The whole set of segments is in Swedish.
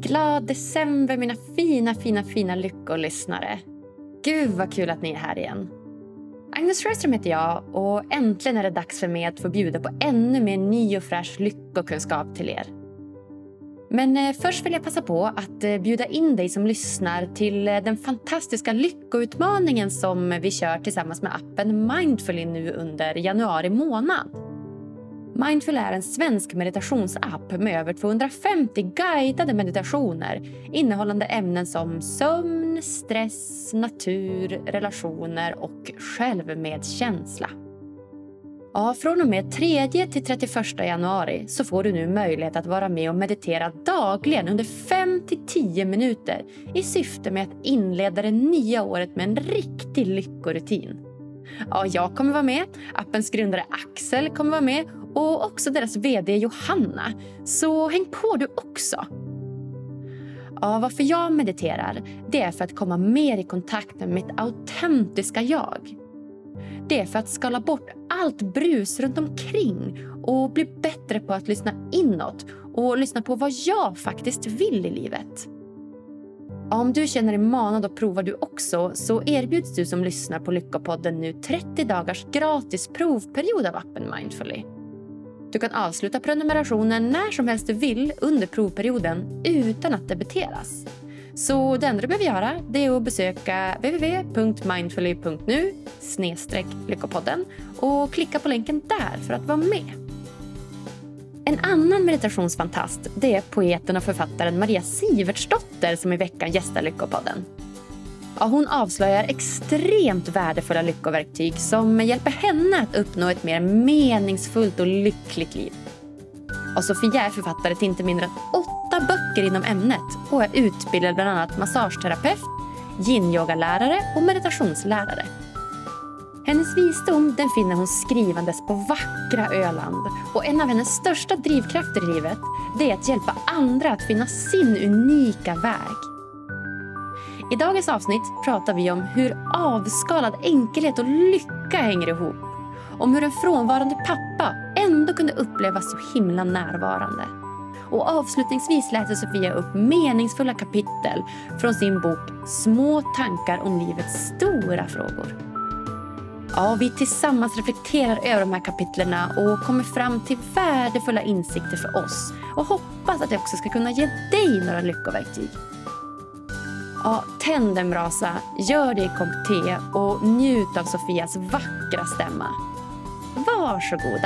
glad december mina fina lyckolyssnare. Gud vad kul att ni är här igen. Agnes Sjöström heter jag och äntligen är det dags för mig att få bjuda på ännu mer ny och fräsch lyckokunskap till er. Men först vill jag passa på att bjuda in dig som lyssnar till den fantastiska lyckoutmaningen som vi kör tillsammans med appen Mindfully nu under januari månad. Mindful är en svensk meditationsapp med över 250 guidade meditationer innehållande ämnen som sömn, stress, natur, relationer och självmedkänsla. Ja, från och med 3 till 31 januari så får du nu möjlighet att vara med och meditera dagligen under 5-10 minuter i syfte med att inleda det nya året med en riktig lyckorutin. Ja, jag kommer vara med, appens grundare Axel kommer vara med och också deras vd Johanna. Så häng på du också. Ja, varför jag mediterar, det är för att komma mer i kontakt med mitt autentiska jag. Det är för att skala bort allt brus runt omkring och bli bättre på att lyssna inåt och lyssna på vad jag faktiskt vill i livet. Om du känner dig manad att prova du också så erbjuds du som lyssnar på Lyckopodden nu 30 dagars gratis provperiod av appen Mindfully. Du kan avsluta prenumerationen när som helst du vill under provperioden utan att debiteras. Så det enda du behöver göra det är att besöka www.mindfully.nu/lyckopodden och klicka på länken där för att vara med. En annan meditationsfantast det är poeten och författaren Maria Sivertsdotter som i veckan gästar Lyckopodden. Ja, hon avslöjar extremt värdefulla lyckoverktyg som hjälper henne att uppnå ett mer meningsfullt och lyckligt liv. Och Sofia är författare till inte mindre än 8 böcker inom ämnet och är utbildad bland annat massageterapeut, yin-yogalärare och meditationslärare. Hennes visdom den finner hon skrivandes på vackra Öland och en av hennes största drivkrafter i livet det är att hjälpa andra att finna sin unika väg. I dagens avsnitt pratar vi om hur avskalad enkelhet och lycka hänger ihop. Om hur en frånvarande pappa ändå kunde upplevas så himla närvarande. Och avslutningsvis läser Sofia upp meningsfulla kapitel från sin bok Små tankar om livets stora frågor. Ja, vi tillsammans reflekterar över de här kapitlerna och kommer fram till värdefulla insikter för oss. Och hoppas att det också ska kunna ge dig några lyckoverktyg. Ja, tänd en brasa, gör dig en kopp te och njut av Sofias vackra stämma. Varsågoda!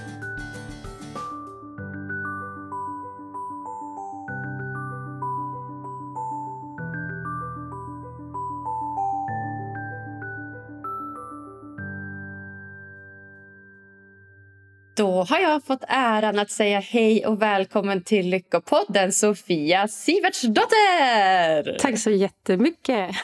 Då har jag fått äran att säga hej och välkommen till Lyckopodden, Sofia Sivertsdotter! Tack så jättemycket!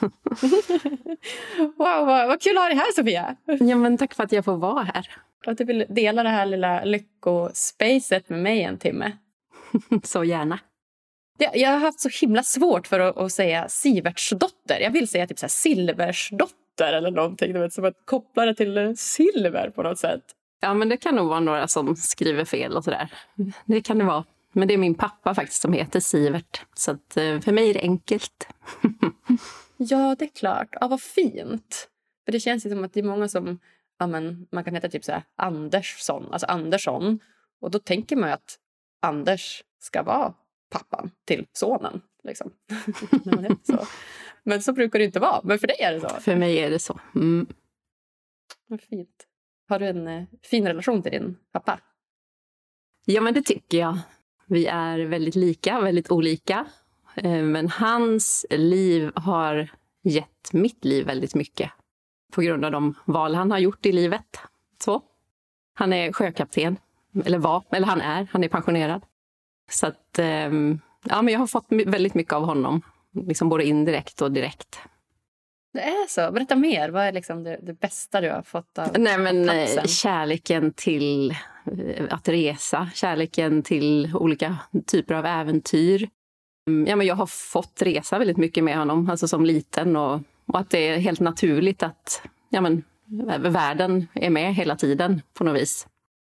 Wow, vad kul att ha dig här, Sofia! Ja, men tack för att jag får vara här. Att du vill dela det här lilla lyckospacet med mig en timme. Så gärna. Jag har haft så himla svårt för att säga Sivertsdotter. Jag vill säga typ så här Silversdotter eller någonting. Du vet, som att koppla det till silver på något sätt. Ja, men det kan nog vara några som skriver fel och sådär. Det kan det vara. Men det är min pappa faktiskt som heter Sivert. Så att för mig är det enkelt. Ja, det är klart. Ja, vad fint. För det känns ju som att det är många som... Ja, men man kan heta typ så här Andersson. Alltså Andersson. Och då tänker man ju att Anders ska vara pappan till sonen. Liksom. Så. Men så brukar det inte vara. Men för dig är det så. För mig är det så. Mm. Vad fint. Har du en fin relation till din pappa? Ja, men det tycker jag. Vi är väldigt lika, väldigt olika. Men hans liv har gett mitt liv väldigt mycket. På grund av de val han har gjort i livet. Så. Han är sjökapten. Eller han är pensionerad. Så att, ja, men jag har fått väldigt mycket av honom. Liksom både indirekt och direkt. Det är så. Berätta mer. Vad är liksom det bästa du har fått av platsen? Kärleken till att resa. Kärleken till olika typer av äventyr. Ja, men jag har fått resa väldigt mycket med honom. Alltså som liten. Och att det är helt naturligt att världen är med hela tiden på något vis.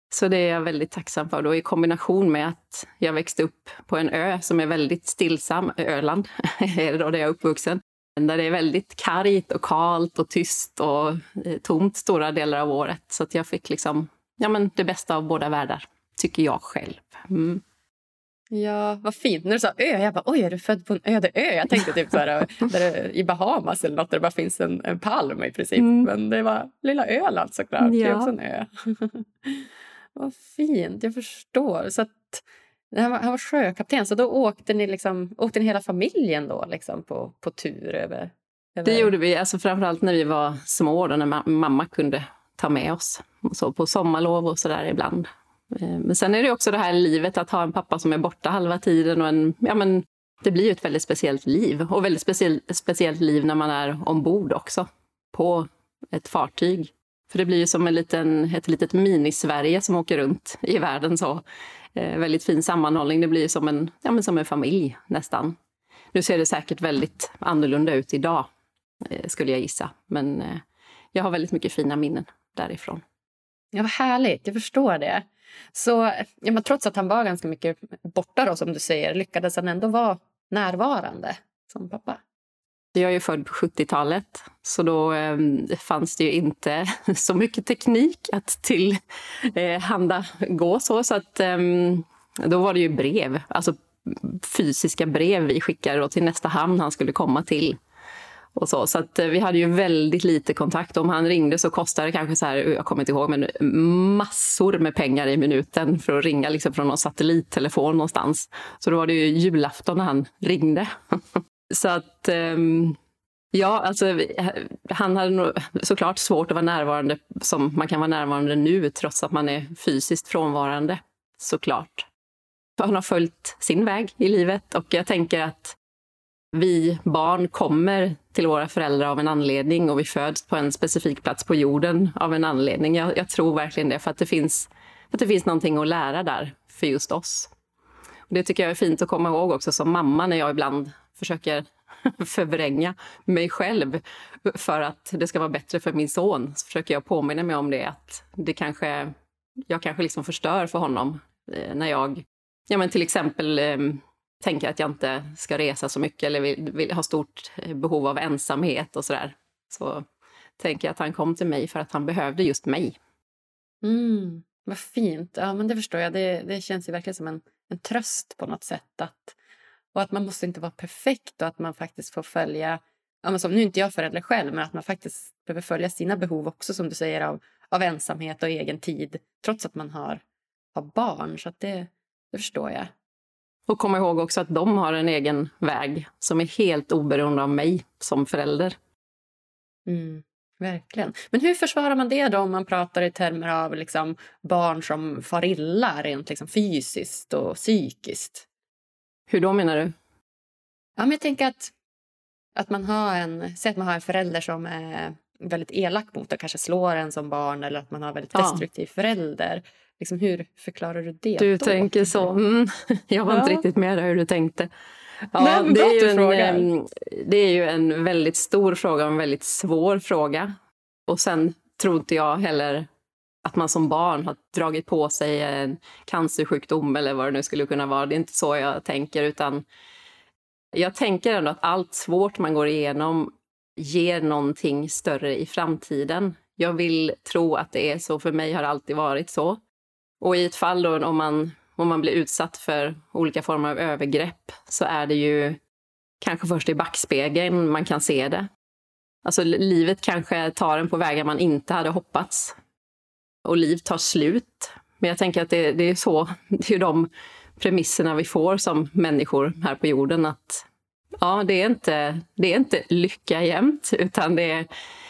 Så det är jag väldigt tacksam för. Då i kombination med att jag växte upp på en ö som är väldigt stillsam, Öland, är det då där jag är uppvuxen. Där det är väldigt kargt och kalt och tyst och tomt stora delar av året. Så att jag fick liksom, det bästa av båda världar, tycker jag själv. Mm. Ja, vad fint. När du sa ö, jag bara, oj, är du född på en öde ö? Jag tänkte typ så här, där det, i Bahamas eller något där det bara finns en palm i princip. Men det var lilla Öland såklart. Ja. Det är också en ö. Vad fint, jag förstår. Så att han var sjökapten, så då åkte ni hela familjen då liksom på tur över? Det gjorde vi, alltså framförallt när vi var små då, när mamma kunde ta med oss. Så på sommarlov och sådär ibland. Men sen är det också det här livet att ha en pappa som är borta halva tiden. Och det blir ju ett väldigt speciellt liv. Och väldigt speciellt liv när man är ombord också. På ett fartyg. För det blir ju som ett litet mini-Sverige som åker runt i världen. Så. Väldigt fin sammanhållning. Det blir som en familj nästan. Nu ser det säkert väldigt annorlunda ut idag. Skulle jag gissa. Men jag har väldigt mycket fina minnen därifrån. Ja, vad härligt. Jag förstår det. Så trots att han var ganska mycket borta då, som du säger, lyckades han ändå vara närvarande som pappa? Jag är ju född på 70-talet, så då fanns det ju inte så mycket teknik att tillhanda gå så att då var det ju brev, alltså fysiska brev vi skickade då till nästa hamn han skulle komma till. Och så att vi hade ju väldigt lite kontakt. Om han ringde så kostade det kanske så här, jag kommer inte ihåg, men massor med pengar i minuten för att ringa liksom från någon satellittelefon någonstans. Så då var det ju julafton när han ringde. Så att han hade nog såklart svårt att vara närvarande som man kan vara närvarande nu trots att man är fysiskt frånvarande, såklart. Han har följt sin väg i livet och jag tänker att vi barn kommer till våra föräldrar av en anledning och vi föds på en specifik plats på jorden av en anledning. Jag tror verkligen det, för att det finns någonting att lära där för just oss. Och det tycker jag är fint att komma ihåg också som mamma när jag ibland försöker förvränga mig själv för att det ska vara bättre för min son. Så försöker jag påminna mig om det, att jag kanske liksom förstör för honom när jag till exempel tänker att jag inte ska resa så mycket eller vill ha stort behov av ensamhet och sådär. Så tänker jag att han kom till mig för att han behövde just mig. Vad fint. Ja, men det förstår jag. Det känns ju verkligen som en tröst på något sätt. Och att man måste inte vara perfekt och att man faktiskt får följa, som nu är inte jag förälder själv, men att man faktiskt behöver följa sina behov också, som du säger, av ensamhet och egen tid, trots att man har barn. Så att det förstår jag. Och komma ihåg också att de har en egen väg som är helt oberoende av mig som förälder. Verkligen. Men hur försvarar man det då om man pratar i termer av liksom barn som far illa rent liksom fysiskt och psykiskt? Hur då menar du? Ja, men jag tänker att man har en förälder som är väldigt elak mot och kanske slår en som barn, eller att man har en väldigt destruktiv förälder. Liksom, hur förklarar du det? Du då? tänker så. Jag var inte riktigt med hur du tänkte. Ja, nej, det är ju en väldigt stor fråga och en väldigt svår fråga. Och sen tror inte jag heller att man som barn har dragit på sig en cancersjukdom eller vad det nu skulle kunna vara. Det är inte så jag tänker, utan jag tänker ändå att allt svårt man går igenom ger någonting större i framtiden. Jag vill tro att det är så, för mig har det alltid varit så. Och i ett fall då, om man blir utsatt för olika former av övergrepp, så är det ju kanske först i backspegeln man kan se det. Alltså livet kanske tar en på vägar man inte hade hoppats. Och liv tar slut. Men jag tänker att det är så, det är de premisserna vi får som människor här på jorden, att det är inte lycka jämt, utan det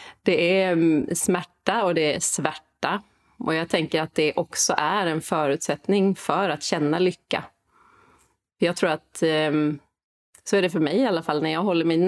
är smärta och det är svärta. Och jag tänker att det också är en förutsättning för att känna lycka. Jag tror att så är det för mig i alla fall, när jag håller mig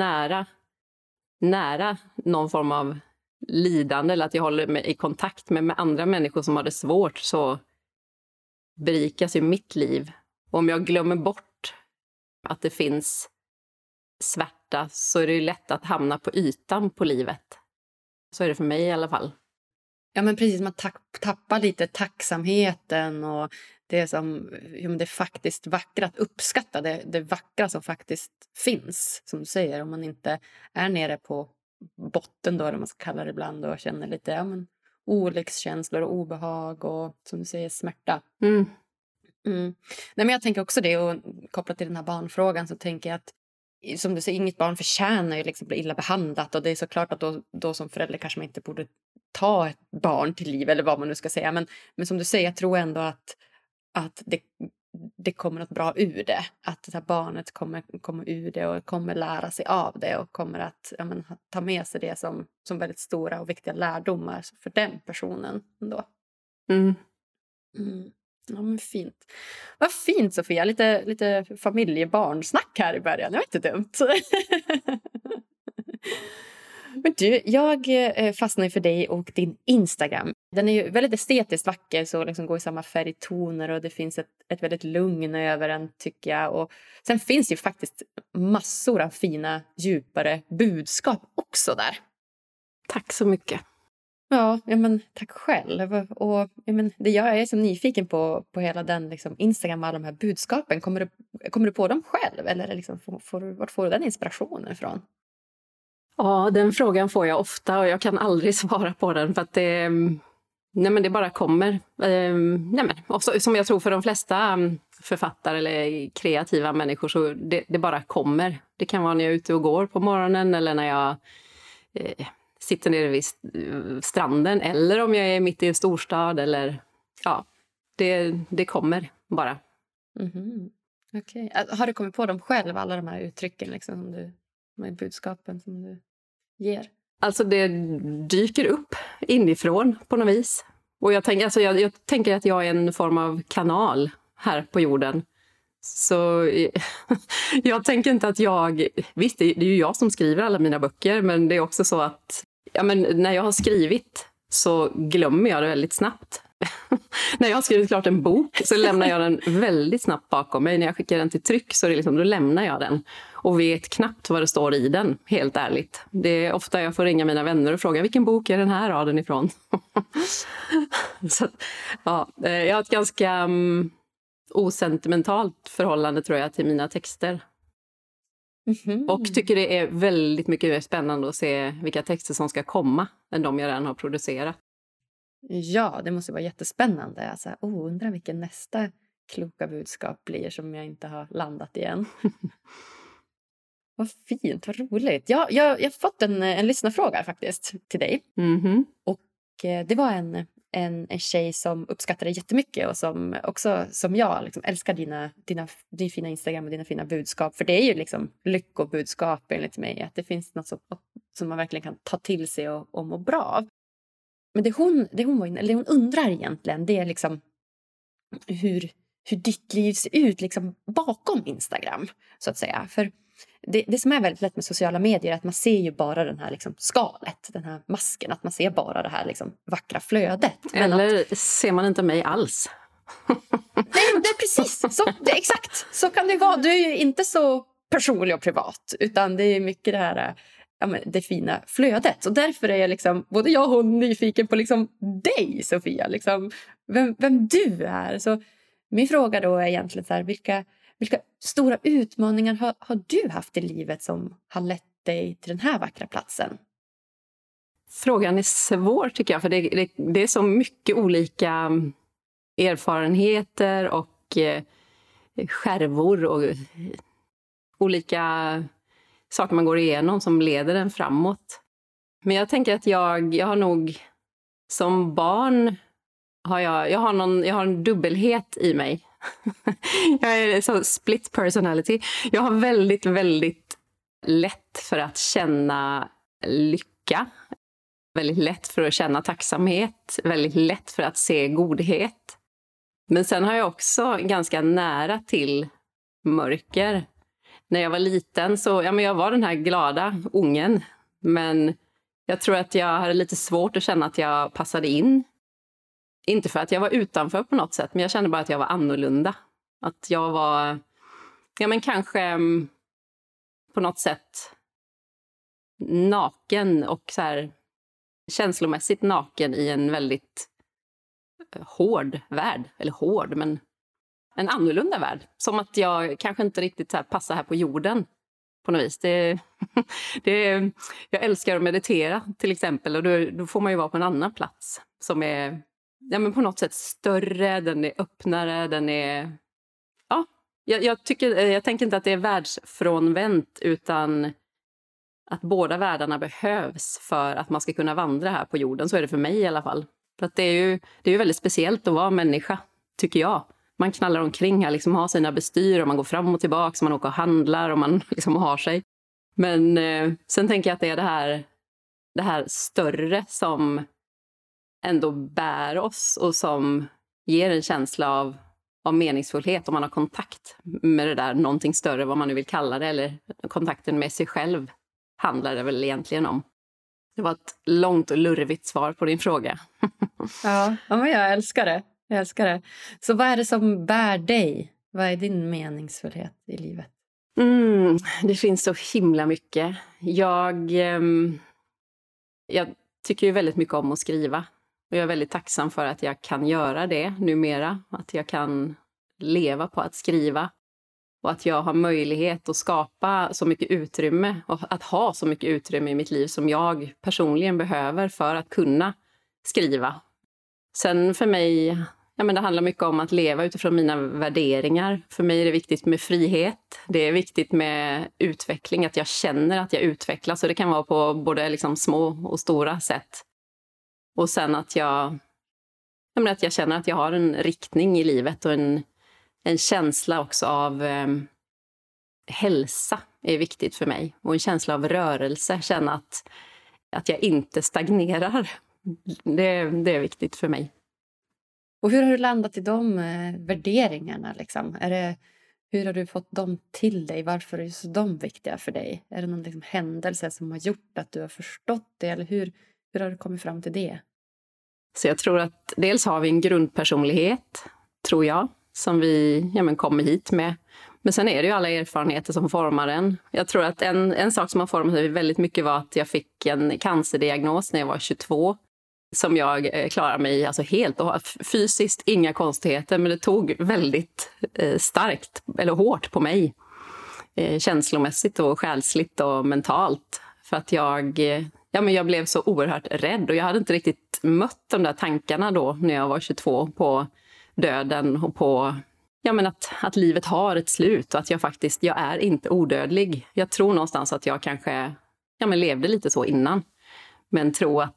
nära någon form av lidande, eller att jag håller mig i kontakt med andra människor som har det svårt, så berikas ju mitt liv. Och om jag glömmer bort att det finns svärta, så är det ju lätt att hamna på ytan på livet. Så är det för mig i alla fall. Ja, men precis, man tappar lite tacksamheten och det som det faktiskt vackra, att uppskatta det vackra som faktiskt finns, som du säger. Om man inte är nere på botten då, eller man ska kalla det ibland, och känner lite olyckskänslor och obehag och som du säger smärta. Mm. Nej, men jag tänker också det, och kopplat till den här barnfrågan så tänker jag att som du säger, inget barn förtjänar ju liksom bli illa behandlat, och det är såklart att då som förälder kanske man inte borde ta ett barn till liv eller vad man nu ska säga, men som du säger, jag tror ändå att det kommer något bra ur det, att det här barnet kommer ur det och kommer lära sig av det och kommer att ta med sig det som väldigt stora och viktiga lärdomar för den personen ändå. Mm. Ja, men fint. Vad fint, Sofia. Lite familjebarnsnack här i början. Det var inte dumt. Men du, jag fastnar för dig och din Instagram. Den är ju väldigt estetiskt vacker, så liksom går i samma färgtoner, och det finns ett väldigt lugn över den, tycker jag. Och sen finns det ju faktiskt massor av fina, djupare budskap också där. Tack så mycket. Ja, men tack själv. Och jag är så nyfiken på hela den liksom, Instagram och alla de här budskapen. Kommer du på dem själv, eller liksom, vart får du den inspirationen ifrån? Ja, den frågan får jag ofta, och jag kan aldrig svara på den för att det bara kommer. Också, som jag tror för de flesta författare eller kreativa människor, så det bara kommer. Det kan vara när jag är ute och går på morgonen, eller när jag sitter nere vid stranden, eller om jag är mitt i en storstad, eller det kommer bara. Mm-hmm. Okej. Har du kommit på dem själv, alla de här uttrycken liksom, de här budskapen som du ger? Alltså det dyker upp inifrån på något vis. Och jag tänker att jag är en form av kanal här på jorden. Så jag tänker inte att visst, det är ju jag som skriver alla mina böcker, men det är också så att när jag har skrivit så glömmer jag det väldigt snabbt. När jag har skrivit klart en bok så lämnar jag den väldigt snabbt bakom mig. När jag skickar den till tryck så är det liksom, då lämnar jag den. Och vet knappt vad det står i den, helt ärligt. Det är ofta jag får ringa mina vänner och fråga, vilken bok är den här raden ifrån? Så, jag har ett ganska osentimentalt förhållande, tror jag, till mina texter. Mm-hmm. Och tycker det är väldigt mycket mer spännande att se vilka texter som ska komma än de jag redan har producerat. Ja, det måste vara jättespännande. Alltså, undrar vilken nästa kloka budskap blir som jag inte har landat igen. Vad fint, vad roligt. Jag har fått en lyssnarfråga faktiskt till dig. Mm-hmm. Och det var en tjej som uppskattade jättemycket och som också som jag liksom älskar din fina Instagram och dina fina budskap. För det är ju liksom lyckobudskap enligt mig. Att det finns något som man verkligen kan ta till sig och må bra av. Men det hon undrar egentligen, det är liksom hur ditt liv ser ut liksom bakom Instagram, så att säga. För det som är väldigt lätt med sociala medier är att man ser ju bara den här liksom skalet, den här masken, att man ser bara det här liksom vackra flödet. Eller ser man inte mig alls? Nej, det är precis exakt. Så kan det vara. Du är ju inte så personlig och privat, utan det är mycket det här det fina flödet. Och därför är jag liksom, både jag och hon nyfiken på liksom dig, Sofia, liksom, vem du är. Så min fråga då är egentligen så här, vilka stora utmaningar har du haft i livet som har lett dig till den här vackra platsen? Frågan är svår, tycker jag, för det är så mycket olika erfarenheter och skärvor och olika saker man går igenom som leder en framåt. Men jag tänker att jag har nog som barn jag har en dubbelhet i mig. Jag är så split personality. Jag har väldigt, väldigt lätt för att känna lycka. Väldigt lätt för att känna tacksamhet. Väldigt lätt för att se godhet. Men sen har jag också ganska nära till mörker. När jag var liten så, jag var den här glada ungen. Men jag tror att jag hade lite svårt att känna att jag passade in. Inte för att jag var utanför på något sätt, men jag kände bara att jag var annorlunda. Att jag var, kanske på något sätt naken och så här känslomässigt naken i en väldigt hård värld. Eller hård, men en annorlunda värld. Som att jag kanske inte riktigt så här passar här på jorden på något vis. Jag älskar att meditera till exempel, och då får man ju vara på en annan plats som är men på något sätt större, den är öppnare, den är... Ja, jag tänker inte att det är världsfrånvänt, utan att båda världarna behövs för att man ska kunna vandra här på jorden. Så är det för mig i alla fall. För att det är ju väldigt speciellt att vara människa, tycker jag. Man knallar omkring här, liksom har sina bestyr och man går fram och tillbaka, man åker och handlar och man liksom har sig. Men sen tänker jag att det är det här större som ändå bär oss och som ger en känsla av meningsfullhet om man har kontakt med det där, någonting större, vad man nu vill kalla det, eller kontakten med sig själv handlar det väl egentligen om. Det var ett långt och lurvigt svar på din fråga. Ja, men jag älskar det. Jag älskar det. Så vad är det som bär dig? Vad är din meningsfullhet i livet? Det finns så himla mycket. Jag tycker ju väldigt mycket om att skriva. Och jag är väldigt tacksam för att jag kan göra det numera. Att jag kan leva på att skriva. Och att jag har möjlighet att skapa så mycket utrymme. Och att ha så mycket utrymme i mitt liv som jag personligen behöver för att kunna skriva. Sen för mig, det handlar mycket om att leva utifrån mina värderingar. För mig är det viktigt med frihet. Det är viktigt med utveckling. Att jag känner att jag utvecklas. Och det kan vara på både liksom små och stora sätt. Och sen att jag känner att jag har en riktning i livet. Och en känsla också av hälsa är viktigt för mig. Och en känsla av rörelse. Känna att jag inte stagnerar. Det är viktigt för mig. Och hur har du landat i de värderingarna? Liksom? Hur har du fått dem till dig? Varför är just de viktiga för dig? Är det någon liksom händelse som har gjort att du har förstått det? Eller hur har du kommit fram till det? Så jag tror att dels har vi en grundpersonlighet, tror jag, som vi kommer hit med. Men sen är det ju alla erfarenheter som formar en. Jag tror att en sak som har format mig väldigt mycket var att jag fick en cancerdiagnos när jag var 22. Som jag klarar mig alltså helt och fysiskt, inga konstigheter. Men det tog väldigt starkt eller hårt på mig. Känslomässigt och själsligt och mentalt. För att jag blev så oerhört rädd. Och jag hade inte riktigt mött de där tankarna då när jag var 22 på döden och på att livet har ett slut och att jag är inte odödlig. Jag tror någonstans att jag kanske levde lite så innan. Men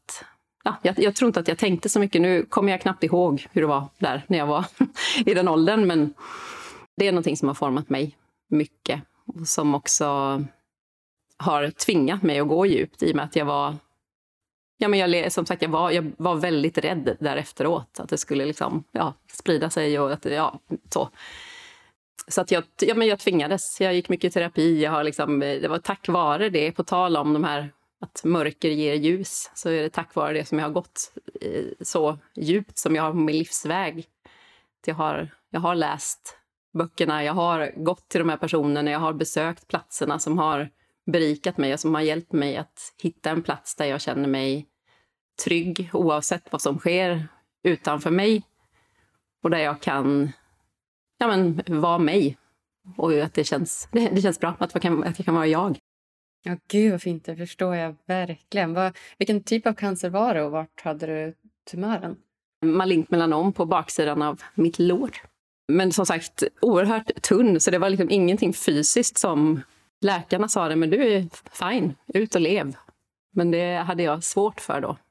jag tror inte att jag tänkte så mycket. Nu kommer jag knappt ihåg hur det var där när jag var i den åldern. Men det är någonting som har format mig mycket. Och som också har tvingat mig att gå djupt i och med att jag var... som sagt, jag var väldigt rädd där efteråt. Att det skulle sprida sig och att, så. Så att jag tvingades. Jag gick mycket i terapi. Det var tack vare det, på tal om de här att mörker ger ljus, så är det tack vare det som jag har gått så djupt som jag har på min livsväg. Jag har läst böckerna, jag har gått till de här personerna, jag har besökt platserna som har berikat mig och som har hjälpt mig att hitta en plats där jag känner mig trygg oavsett vad som sker utanför mig. Och där jag kan vara mig. Och att det känns bra att jag kan vara jag. Ja, gud vad fint, det förstår jag verkligen. Vilken typ av cancer var det och vart hade du tumören? Malignt melanom på baksidan av mitt lår. Men som sagt, oerhört tunn, så det var ingenting fysiskt som läkarna sa det, men du är fine, ut och lev. Men det hade jag svårt för då.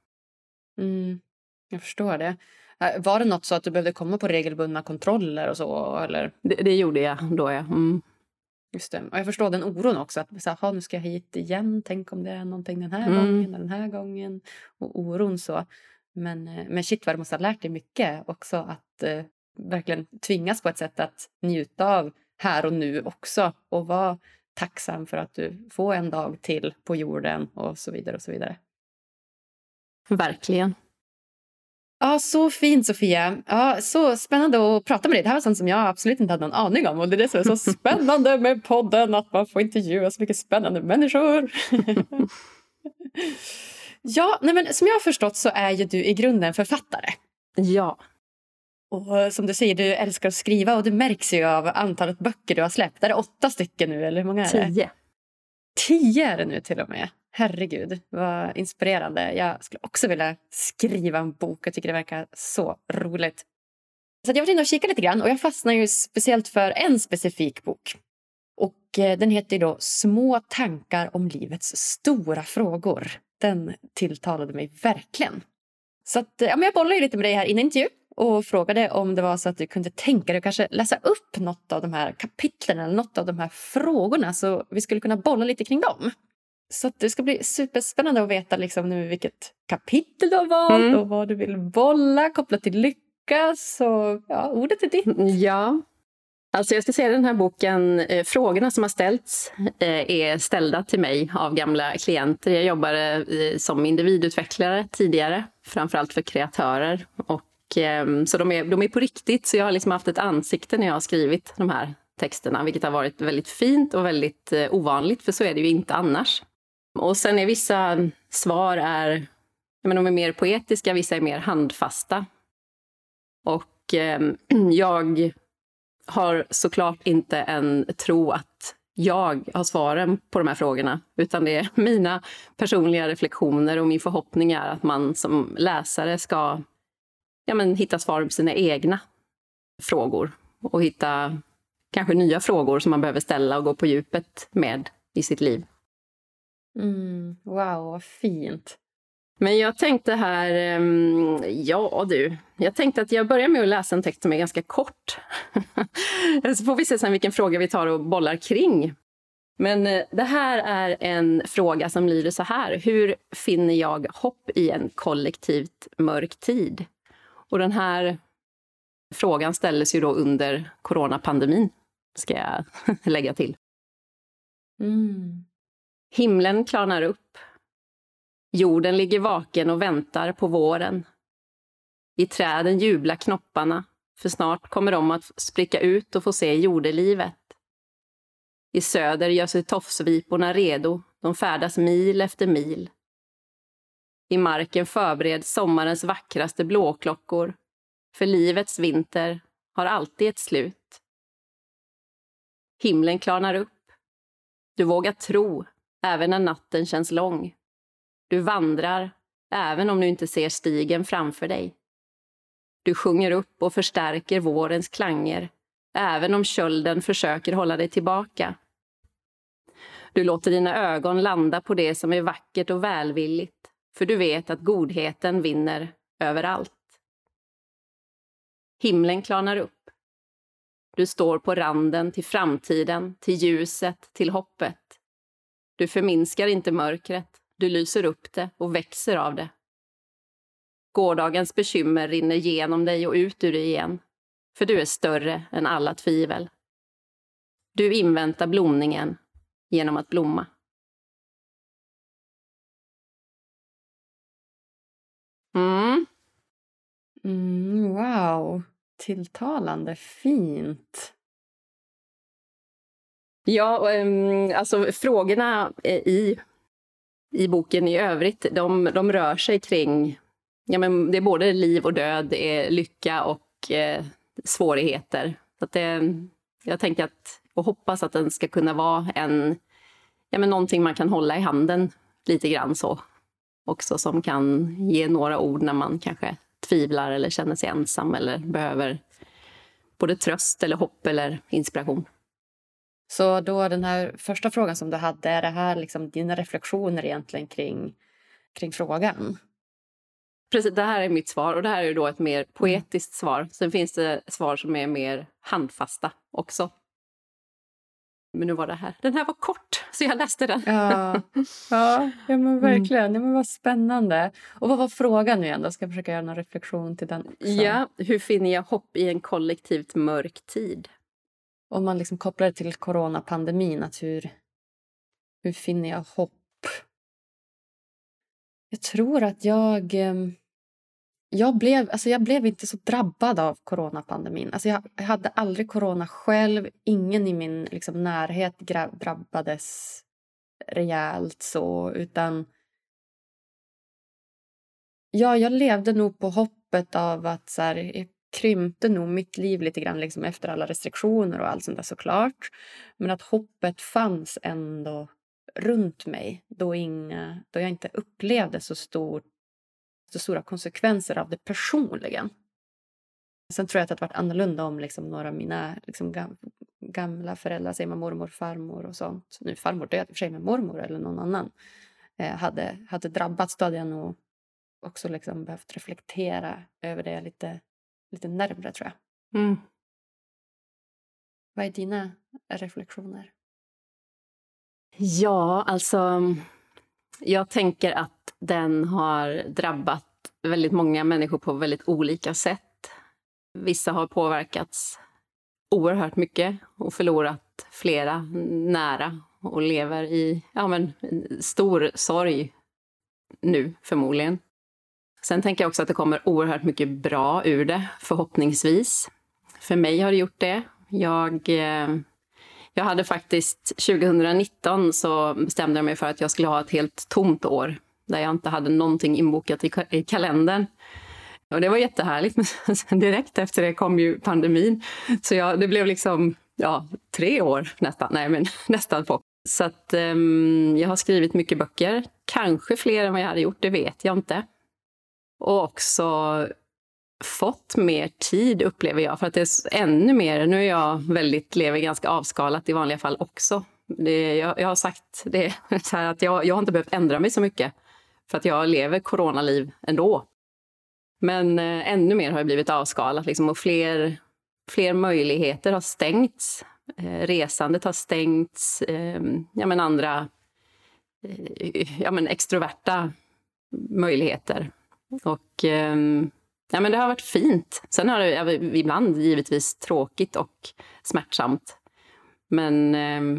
Jag förstår det. Var det något så att du behövde komma på regelbundna kontroller och så? Eller? Det gjorde jag då, ja. Just det. Och jag förstår den oron också. Att nu ska jag hit igen. Tänk om det är någonting den här gången eller den här gången. Och oron så. Men shit vad du måste ha lärt dig mycket också. Att verkligen tvingas på ett sätt att njuta av här och nu också. Och vara tacksam för att du får en dag till på jorden och så vidare och så vidare. Verkligen. Ja, så fint Sofia. Ja, så spännande att prata med dig. Det här var sånt som jag absolut inte hade någon aning om. Och det är det som är så spännande med podden. Att man får intervjua så mycket spännande människor. Ja, nej men som jag har förstått så är ju du i grunden författare. Ja. Och som du säger, du älskar att skriva och det märks ju av antalet böcker du har släppt. Är det 8 stycken nu eller hur många är det? 10. 10 är det nu till och med. Herregud, vad inspirerande. Jag skulle också vilja skriva en bok. Jag tycker det verkar så roligt. Så jag var inne och kikade lite grann och jag fastnade ju speciellt för en specifik bok. Och den heter ju då Små tankar om livets stora frågor. Den tilltalade mig verkligen. Så att, men jag bollade ju lite med dig här innan intervju och frågade om det var så att du kunde tänka dig att kanske läsa upp något av de här kapitlen eller något av de här frågorna så vi skulle kunna bolla lite kring dem. Så att det ska bli superspännande att veta liksom nu vilket kapitel du har valt och vad du vill bolla kopplat till lycka. Så ja, ordet är ditt. Ja, alltså jag ska säga den här boken, frågorna som har ställts är ställda till mig av gamla klienter. Jag jobbade som individutvecklare tidigare, framförallt för kreatörer. Och, så de är på riktigt, så jag har liksom haft ett ansikte när jag har skrivit de här texterna, vilket har varit väldigt fint och väldigt ovanligt, för så är det ju inte annars. Och sen är vissa svar de är mer poetiska, vissa är mer handfasta. Och jag har såklart inte en tro att jag har svaren på de här frågorna, utan det är mina personliga reflektioner och min förhoppning är att man som läsare ska hitta svar på sina egna frågor och hitta kanske nya frågor som man behöver ställa och gå på djupet med i sitt liv. Wow, vad fint. Men jag tänkte här, jag tänkte att jag börjar med att läsa en text som är ganska kort. Så får vi se sen vilken fråga vi tar och bollar kring. Men det här är en fråga som lyder så här: hur finner jag hopp i en kollektivt mörk tid? Och den här frågan ställdes ju då under coronapandemin, ska jag lägga till. Himlen klarnar upp. Jorden ligger vaken och väntar på våren. I träden jublar knopparna, för snart kommer de att spricka ut och få se jordelivet. I söder gör sig tofsviporna redo, de färdas mil efter mil. I marken förbereds sommarens vackraste blåklockor, för livets vinter har alltid ett slut. Himlen klarnar upp. Du vågar tro, även när natten känns lång. Du vandrar, även om du inte ser stigen framför dig. Du sjunger upp och förstärker vårens klanger, även om kölden försöker hålla dig tillbaka. Du låter dina ögon landa på det som är vackert och välvilligt, för du vet att godheten vinner överallt. Himlen klarnar upp. Du står på randen till framtiden, till ljuset, till hoppet. Du förminskar inte mörkret. Du lyser upp det och växer av det. Gårdagens bekymmer rinner genom dig och ut ur dig igen. För du är större än alla tvivel. Du inväntar blomningen genom att blomma. Wow, tilltalande, fint. Ja, alltså frågorna i boken i övrigt, de rör sig kring, det är både liv och död, det är lycka och svårigheter. Så att jag tänker och hoppas att den ska kunna vara någonting man kan hålla i handen lite grann så. Också som kan ge några ord när man kanske tvivlar eller känner sig ensam eller behöver både tröst eller hopp eller inspiration. Så då den här första frågan som du hade, är det här liksom dina reflektioner egentligen kring frågan? Precis, det här är mitt svar och det här är då ett mer poetiskt svar. Sen finns det svar som är mer handfasta också. Men nu var den här var kort så jag läste den. Ja men verkligen. Ja, men vad spännande. Och vad var frågan nu igen då? Ska jag försöka göra någon reflektion till den också? Ja, hur finner jag hopp i en kollektivt mörk tid? Om man liksom kopplar det till coronapandemin, att hur finner jag hopp? Jag tror att jag blev inte så drabbad av coronapandemin. Alltså jag hade aldrig corona själv. Ingen i min liksom närhet drabbades rejält så, utan Ja, jag levde nog på hoppet av att så här, jag krympte nog mitt liv lite grann liksom efter alla restriktioner och allt sånt där såklart. Men att hoppet fanns ändå runt mig då jag inte upplevde så stora konsekvenser av det personligen. Sen tror jag att det hade varit annorlunda om liksom några av mina liksom gamla föräldrar, säger man mormor, farmor och sånt. Nu farmor död i och för sig, med mormor eller någon annan hade drabbats. Då hade jag nog också liksom behövt reflektera över det lite närmare, tror jag. Mm. Vad är dina reflektioner? Ja, alltså jag tänker att den har drabbat väldigt många människor på väldigt olika sätt. Vissa har påverkats oerhört mycket och förlorat flera nära och lever i stor sorg nu förmodligen. Sen tänker jag också att det kommer oerhört mycket bra ur det, förhoppningsvis. För mig har det gjort det. Jag hade faktiskt 2019 så bestämde jag mig för att jag skulle ha ett helt tomt år där jag inte hade någonting inbokat i kalendern. Och det var jättehärligt, men direkt efter det kom ju pandemin. Så det blev liksom 3 år nästan på. Så att jag har skrivit mycket böcker, kanske fler än vad jag hade gjort, det vet jag inte. Och också fått mer tid, upplever jag, för att det är ännu mer. Nu är jag lever ganska avskalat i vanliga fall också. Jag har sagt det så här att jag har inte behövt ändra mig så mycket för att jag lever coronaliv ändå. Men ännu mer har jag blivit avskalat liksom, och fler möjligheter har stängts. Resandet har stängts. Andra extroverta möjligheter. Och det har varit fint. Sen har det ibland givetvis tråkigt och smärtsamt. Men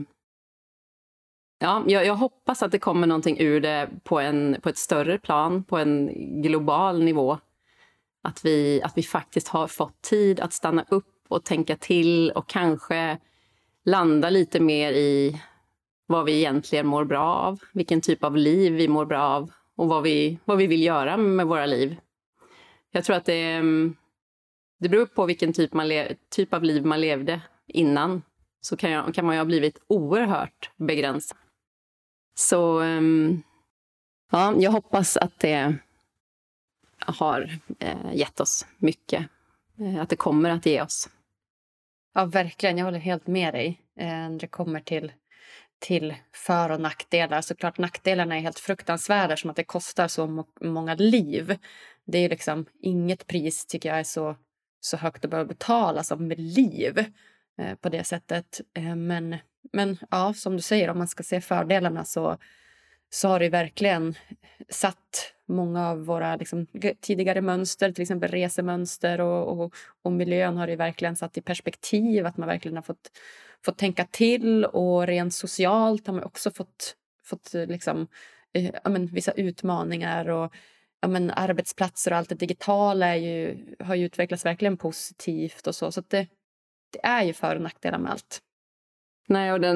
jag hoppas att det kommer någonting ur det på ett större plan, på en global nivå. Att vi faktiskt har fått tid att stanna upp och tänka till och kanske landa lite mer i vad vi egentligen mår bra av, vilken typ av liv vi mår bra av och vad vi vill göra med våra liv. Jag tror att det beror på vilken typ av liv man levde innan, så kan man ju ha blivit oerhört begränsad. Så jag hoppas att det har gett oss mycket. Att det kommer att ge oss. Ja, verkligen. Jag håller helt med dig. När det kommer till för- och nackdelar. Såklart nackdelarna är helt fruktansvärda, som att det kostar så många liv. Det är liksom inget pris, tycker jag, är så högt att behöva betala som med liv på det sättet. Men ja, som du säger, om man ska se fördelarna så har det verkligen satt många av våra liksom tidigare mönster, till exempel resemönster och miljön har det verkligen satt i perspektiv, att man verkligen har fått tänka till, och rent socialt har man också fått liksom, vissa utmaningar, och arbetsplatser och allt det digitala har ju utvecklats verkligen positivt och så att det är ju för- och nackdelar med allt. Nej, och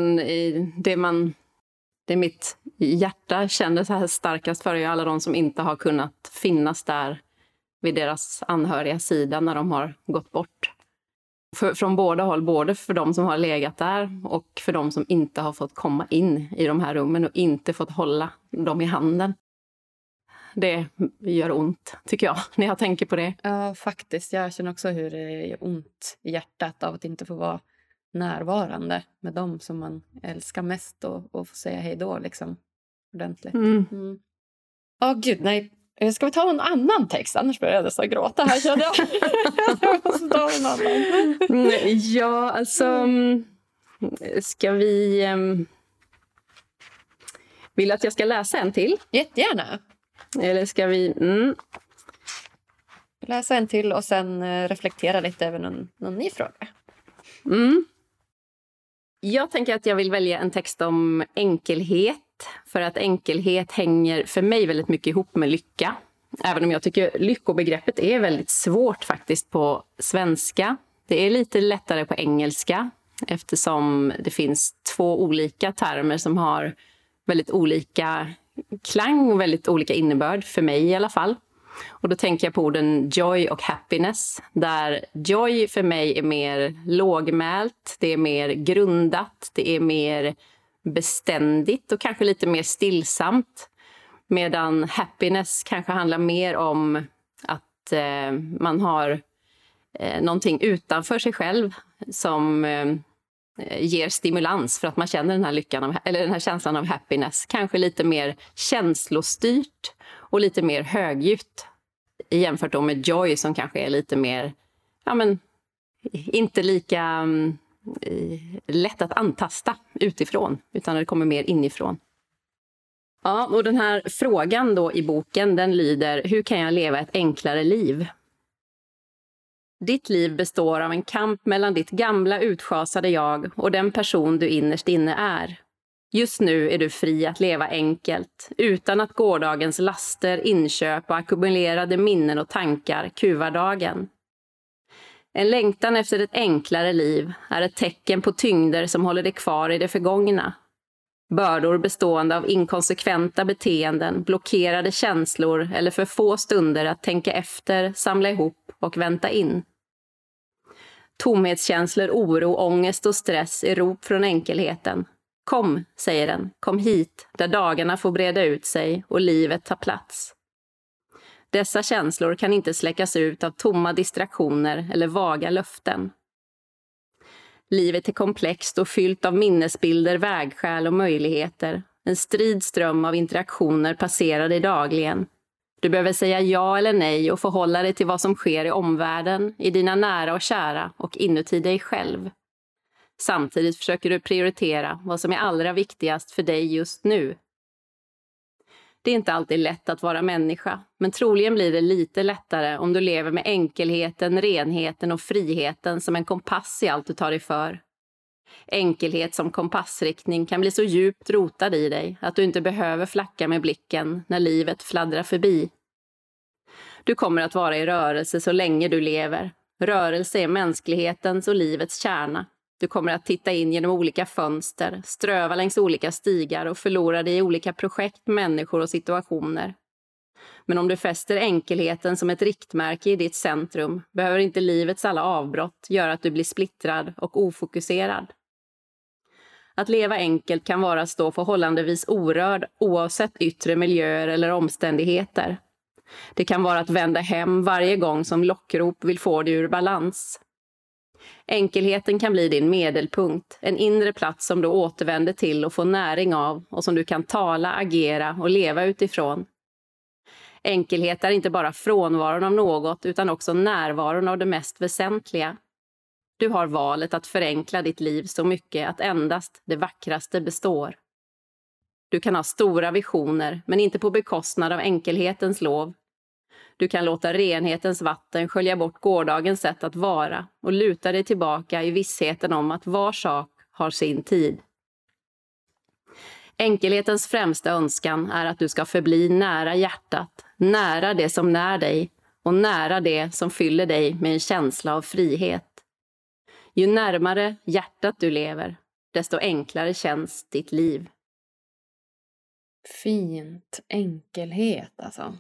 det mitt hjärta känner så här starkast för är alla de som inte har kunnat finnas där vid deras anhöriga sida när de har gått bort. Från båda håll, både för de som har legat där och för de som inte har fått komma in i de här rummen och inte fått hålla dem i handen. Det gör ont, tycker jag, när jag tänker på det. Ja, faktiskt. Jag känner också hur det gör ont i hjärtat av att inte få vara närvarande med dem som man älskar mest och få säga hej då liksom ordentligt. Gud, nej. Ska vi ta en annan text? Annars börjar jag nästan gråta här, känner jag. Jag måste ta en annan. Ja, alltså ska vi vill att jag ska läsa en till? Jättegärna. Eller ska vi läsa en till och sen reflektera lite över någon ny fråga? Jag tänker att jag vill välja en text om enkelhet. För att enkelhet hänger för mig väldigt mycket ihop med lycka. Även om jag tycker lyckobegreppet är väldigt svårt faktiskt på svenska. Det är lite lättare på engelska. Eftersom det finns 2 olika termer som har väldigt olika klang och väldigt olika innebörd. För mig i alla fall. Och då tänker jag på orden joy och happiness. Där joy för mig är mer lågmält, det är mer grundat, det är mer beständigt och kanske lite mer stillsamt. Medan happiness kanske handlar mer om att man har någonting utanför sig själv som ger stimulans för att man känner den här lyckan eller den här känslan av happiness. Kanske lite mer känslostyrt och lite mer högljutt jämfört då med joy som kanske är lite mer, inte lika lätt att antasta utifrån, utan det kommer mer inifrån. Ja, och den här frågan då i boken, den lyder: hur kan jag leva ett enklare liv? Ditt liv består av en kamp mellan ditt gamla utschasade jag och den person du innerst inne är. Just nu är du fri att leva enkelt, utan att gårdagens laster, inköp och ackumulerade minnen och tankar kuvar dagen. En längtan efter ett enklare liv är ett tecken på tyngder som håller dig kvar i det förgångna. Bördor bestående av inkonsekventa beteenden, blockerade känslor eller för få stunder att tänka efter, samla ihop och vänta in. Tomhetskänslor, oro, ångest och stress är rop från enkelheten. Kom, säger den, kom hit där dagarna får breda ut sig och livet tar plats. Dessa känslor kan inte släckas ut av tomma distraktioner eller vaga löften. Livet är komplext och fyllt av minnesbilder, vägskäl och möjligheter. En strid ström av interaktioner passerar dig dagligen. Du behöver säga ja eller nej och förhålla dig till vad som sker i omvärlden, i dina nära och kära och inuti dig själv. Samtidigt försöker du prioritera vad som är allra viktigast för dig just nu. Det är inte alltid lätt att vara människa, men troligen blir det lite lättare om du lever med enkelheten, renheten och friheten som en kompass i allt du tar dig för. Enkelhet som kompassriktning kan bli så djupt rotad i dig att du inte behöver flacka med blicken när livet fladdrar förbi. Du kommer att vara i rörelse så länge du lever. Rörelse är mänsklighetens och livets kärna. Du kommer att titta in genom olika fönster, ströva längs olika stigar och förlora dig i olika projekt, människor och situationer. Men om du fäster enkelheten som ett riktmärke i ditt centrum behöver inte livets alla avbrott göra att du blir splittrad och ofokuserad. Att leva enkelt kan vara att stå förhållandevis orörd oavsett yttre miljöer eller omständigheter. Det kan vara att vända hem varje gång som lockrop vill få dig ur balans. Enkelheten kan bli din medelpunkt, en inre plats som du återvänder till och får näring av och som du kan tala, agera och leva utifrån. Enkelhet är inte bara frånvaron av något utan också närvaron av det mest väsentliga. Du har valet att förenkla ditt liv så mycket att endast det vackraste består. Du kan ha stora visioner men inte på bekostnad av enkelhetens lov. Du kan låta renhetens vatten skölja bort gårdagens sätt att vara och luta dig tillbaka i vissheten om att var sak har sin tid. Enkelhetens främsta önskan är att du ska förbli nära hjärtat, nära det som när dig och nära det som fyller dig med en känsla av frihet. Ju närmare hjärtat du lever, desto enklare känns ditt liv. Fint. Enkelhet alltså.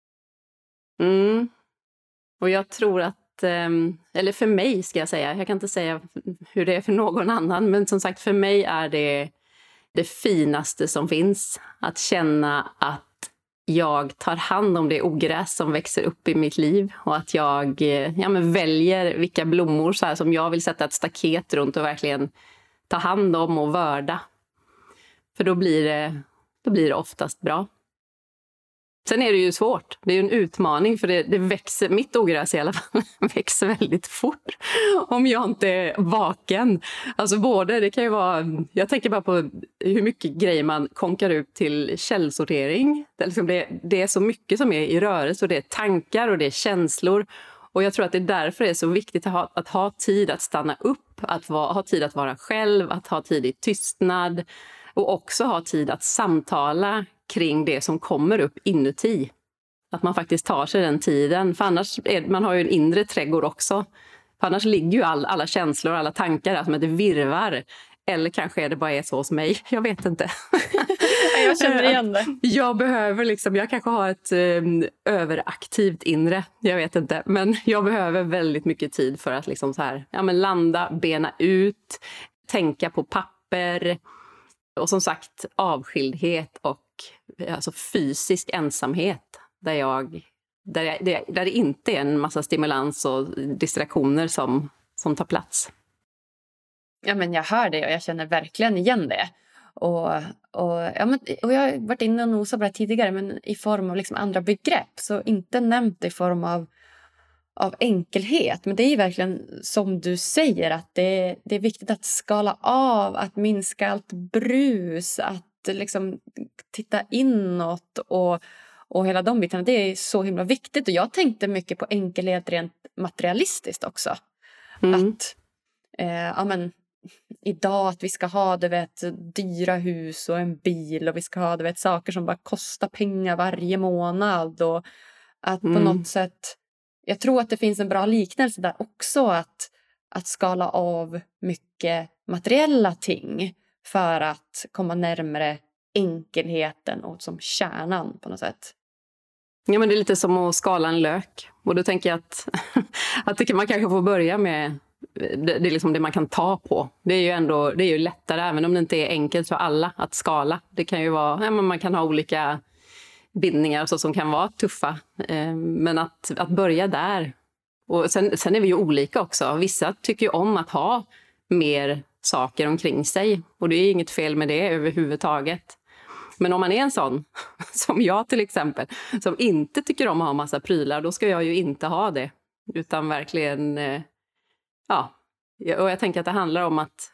Och jag tror att, eller för mig ska jag säga, jag kan inte säga hur det är för någon annan, men som sagt för mig är det finaste som finns. Att känna att jag tar hand om det ogräs som växer upp i mitt liv och att jag väljer vilka blommor så här, som jag vill sätta ett staket runt och verkligen ta hand om och vörda. För då blir det oftast bra. Sen är det ju svårt. Det är ju en utmaning för det växer, mitt ogräs i alla fall, växer väldigt fort om jag inte är vaken. Alltså det kan ju vara, jag tänker bara på hur mycket grejer man konkar ut till källsortering. Det är så mycket som är i rörelse och det är tankar och det är känslor. Och jag tror att det är därför det är så viktigt att ha tid att stanna upp, att ha tid att vara själv, att ha tid i tystnad och också ha tid att samtala kring det som kommer upp inuti. Att man faktiskt tar sig den tiden. För annars man har ju en inre trädgård också. För annars ligger ju alla känslor och alla tankar som det virvar. Eller kanske är det bara så hos mig. Jag vet inte. Jag känner igen det. Jag behöver liksom, jag kanske har ett överaktivt inre, jag vet inte. Men jag behöver väldigt mycket tid för att liksom så här, ja, men landa, bena ut, tänka på papper. Och som sagt, avskildhet och alltså fysisk ensamhet där det inte är en massa stimulans och distraktioner som tar plats. Ja, men jag hör det och jag känner verkligen igen det. Och jag har varit inne och nosat på det tidigare, men i form av liksom andra begrepp. Så inte nämnt i form av enkelhet. Men det är verkligen som du säger, att det är viktigt att skala av, att minska allt brus, att liksom titta inåt och hela de bitarna. Det är så himla viktigt. Och jag tänkte mycket på enkelhet rent materialistiskt också. Att idag att vi ska ha dyra hus och en bil, och vi ska ha saker som bara kostar pengar varje månad, och att på något sätt, jag tror att det finns en bra liknelse där också, att skala av mycket materiella ting för att komma närmare enkelheten och som kärnan på något sätt. Ja, men det är lite som att skala en lök, och då tänker jag att man kanske får börja med det är liksom det man kan ta på. Det är ju lättare, även om det inte är enkelt för alla att skala. Det kan ju vara, man kan ha olika bindningar så som kan vara tuffa. Men att börja där. Och sen är vi ju olika också. Vissa tycker ju om att ha mer saker omkring sig. Och det är inget fel med det överhuvudtaget. Men om man är en sån, som jag till exempel, som inte tycker om att ha massa prylar, då ska jag ju inte ha det. Utan verkligen... Ja, och jag tänker att det handlar om att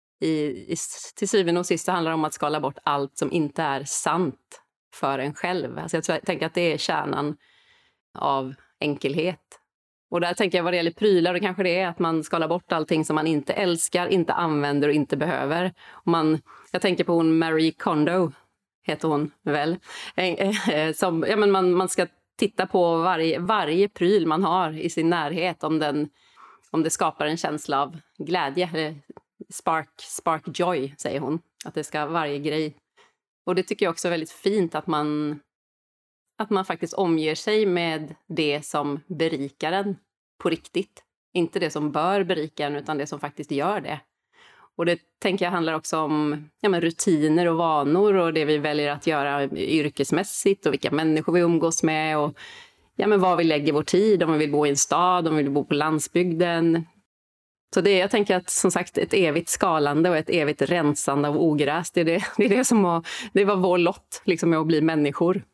till syvende och sist handlar det om att skala bort allt som inte är sant för en själv. Alltså jag tänker att det är kärnan av enkelhet. Och där tänker jag vad det gäller prylar, och kanske det är att man skalar bort allting som man inte älskar, inte använder och inte behöver. Jag tänker på hon Marie Kondo, heter hon väl. Som, ja, men man ska titta på varje pryl man har i sin närhet, om det skapar en känsla av glädje. Spark joy, säger hon. Att det ska varje grej. Och det tycker jag också är väldigt fint, att man faktiskt omger sig med det som berikar en på riktigt. Inte det som bör berika en, utan det som faktiskt gör det. Och det tänker jag handlar också om rutiner och vanor, och det vi väljer att göra yrkesmässigt, och vilka människor vi umgås med, och var vi lägger vår tid, om vi vill bo i en stad, om vi vill bo på landsbygden. Så jag tänker att, som sagt, ett evigt skalande och ett evigt rensande av ogräs, det var vår lott liksom, med att bli människor.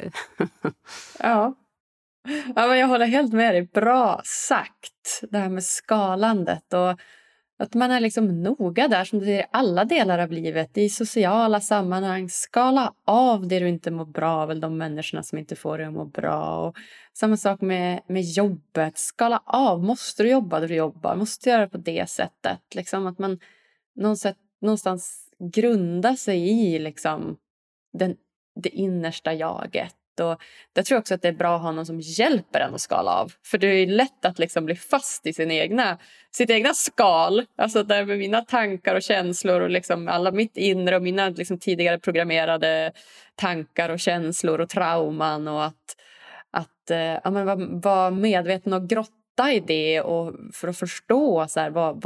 Ja, men jag håller helt med dig. Bra sagt, det här med skalandet, och att man är liksom noga där, som du säger, i alla delar av livet, i sociala sammanhang. Skala av det du inte mår bra av, eller de människorna som inte får dig att må bra. Och samma sak med jobbet. Skala av. Måste du jobba där du jobbar? Måste du göra det på det sättet? Liksom att man någonstans grundar sig i liksom det innersta jaget. Och där tror jag också att det är bra att ha någon som hjälper en att skala av. För det är lätt att liksom bli fast i sitt egna skal. Alltså där med mina tankar och känslor och liksom alla mitt inre och mina liksom tidigare programmerade tankar och känslor och trauman. Och att vara medveten och grotta i det, och för att förstå så här,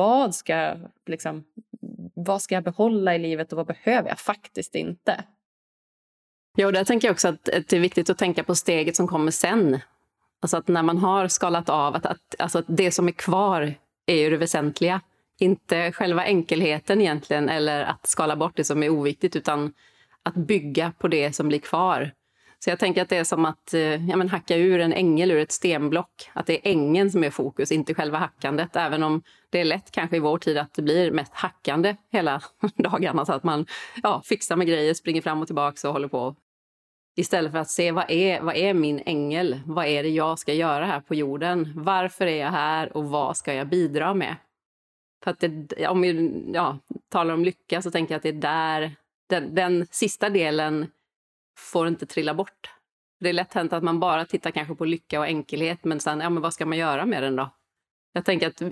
vad ska jag behålla i livet och vad behöver jag faktiskt inte. Ja, och där tänker jag också att det är viktigt att tänka på steget som kommer sen. Alltså att när man har skalat av, att det som är kvar är ju det väsentliga. Inte själva enkelheten egentligen, eller att skala bort det som är oviktigt, utan att bygga på det som blir kvar. Så jag tänker att det är som att hacka ur en ängel ur ett stenblock. Att det är ängen som är fokus, inte själva hackandet. Även om det är lätt kanske i vår tid att det blir mest hackande hela dagarna. Så att man fixar med grejer, springer fram och tillbaka och håller på. Istället för att se vad är min ängel? Vad är det jag ska göra här på jorden? Varför är jag här och vad ska jag bidra med? För att om vi talar om lycka, så tänker jag att det är där den sista delen får inte trilla bort. Det är lätt hänt att man bara tittar kanske på lycka och enkelhet, men sen, men vad ska man göra med den då? Jag tänker att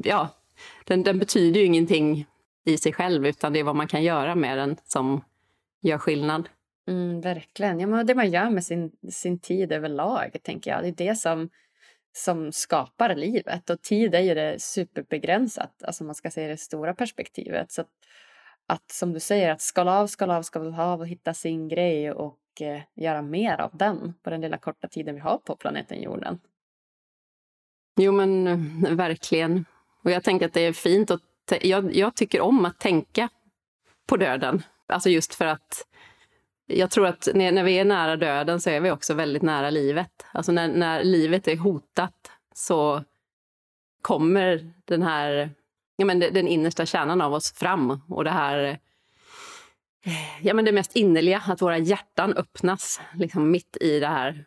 den betyder ju ingenting i sig själv, utan det är vad man kan göra med den som gör skillnad. Verkligen. Ja, men det man gör med sin tid överlag, tänker jag. Det är det som skapar livet. Och tid är ju det superbegränsat. Alltså man ska se det stora perspektivet. Så att som du säger, att skala av och hitta sin grej och göra mer av den på den lilla korta tiden vi har på planeten jorden. Jo, men verkligen. Och jag tänker att det är fint. Jag tycker om att tänka på döden. Alltså just för att jag tror att när vi är nära döden så är vi också väldigt nära livet. Alltså när livet är hotat så kommer den innersta kärnan av oss fram. Och det här, det mest innerliga, att våra hjärtan öppnas liksom mitt i det här,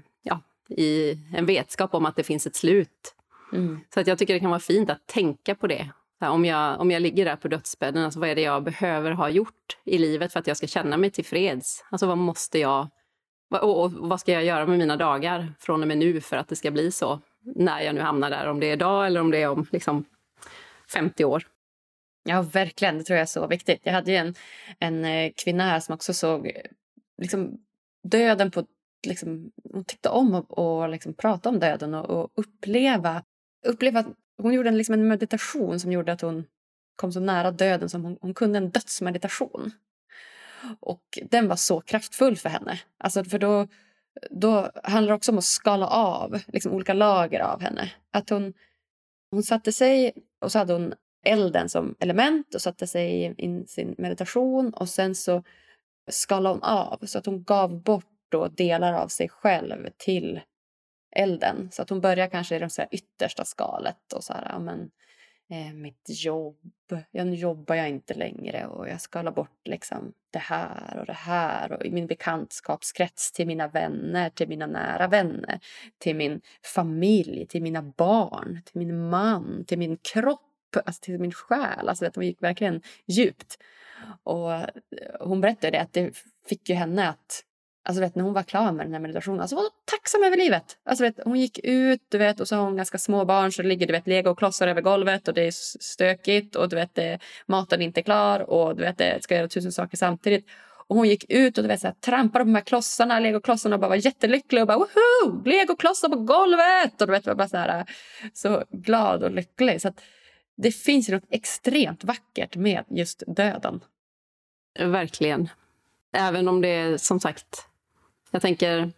i en vetskap om att det finns ett slut. Så att jag tycker det kan vara fint att tänka på det. Om jag ligger där på dödsbädden, alltså vad är det jag behöver ha gjort i livet för att jag ska känna mig tillfreds? Alltså vad måste jag, och vad ska jag göra med mina dagar från och med nu för att det ska bli så när jag nu hamnar där, om det är idag eller om det är om 50 år. Ja, verkligen. Det tror jag är så viktigt. Jag hade ju en kvinna här som också såg döden på... hon tyckte om att prata om döden och uppleva att hon gjorde en meditation som gjorde att hon kom så nära döden som hon kunde, en dödsmeditation. Och den var så kraftfull för henne. Alltså för då handlar det också om att skala av olika lager av henne. Att hon satte sig och så hade hon elden som element och satte sig i sin meditation och sen så skalade hon av så att hon gav bort då delar av sig själv till elden. Så att hon börjar kanske i det yttersta skalet och så här, mitt jobb, nu jobbar jag inte längre och jag skalar bort det här och i min bekantskapskrets till mina vänner, till mina nära vänner, till min familj, till mina barn, till min man, till min kropp, alltså till min själ. Alltså hon gick verkligen djupt. Och hon berättade det, att det fick ju henne att när hon var klar med den här meditationen, var hon tacksam över livet. Hon gick ut, och så har hon ganska små barn, så det ligger, legoklossar över golvet och det är stökigt och maten är inte klar och det ska göra 1000 saker samtidigt. Och hon gick ut och trampade på de här klossarna, legoklossarna, och bara var jättelycklig och bara woho! Legoklossar på golvet! Och var bara så glad och lycklig. Så att det finns ju något extremt vackert med just döden. Verkligen. Även om det är, som sagt, jag tänker,